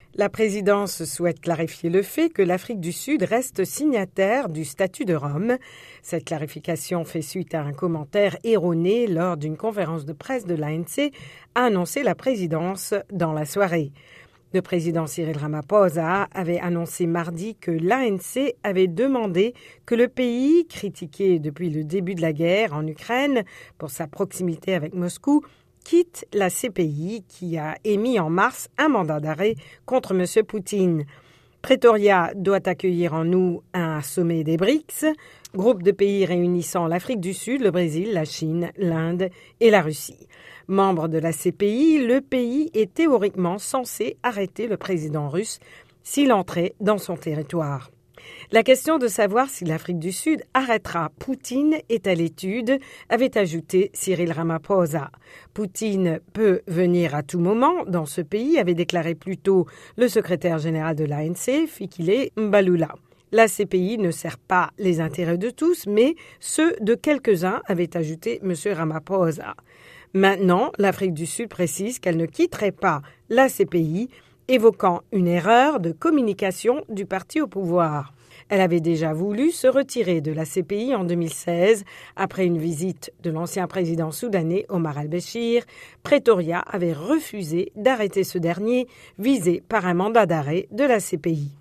La présidence souhaite clarifier le fait que l'Afrique du Sud reste signataire du statut de Rome. Cette clarification fait suite à un commentaire erroné lors d'une conférence de presse de l'ANC, a annoncé la présidence dans la soirée. Le président Cyril Ramaphosa avait annoncé mardi que l'ANC avait demandé que le pays, critiqué depuis le début de la guerre en Ukraine pour sa proximité avec Moscou, quitte la CPI qui a émis en mars un mandat d'arrêt contre M. Poutine. Pretoria doit accueillir en août un sommet des BRICS, groupe de pays réunissant l'Afrique du Sud, le Brésil, la Chine, l'Inde et la Russie. Membre de la CPI, le pays est théoriquement censé arrêter le président russe s'il entrait dans son territoire. La question de savoir si l'Afrique du Sud arrêtera Poutine est à l'étude, avait ajouté Cyril Ramaphosa. Poutine peut venir à tout moment dans ce pays, avait déclaré plus tôt le secrétaire général de l'ANC, Fikile Mbalula. La CPI ne sert pas les intérêts de tous, mais ceux de quelques-uns, avait ajouté M. Ramaphosa. Maintenant, l'Afrique du Sud précise qu'elle ne quitterait pas la CPI, évoquant une erreur de communication du parti au pouvoir. Elle avait déjà voulu se retirer de la CPI en 2016 après une visite de l'ancien président soudanais Omar al-Béchir. Pretoria avait refusé d'arrêter ce dernier, visé par un mandat d'arrêt de la CPI.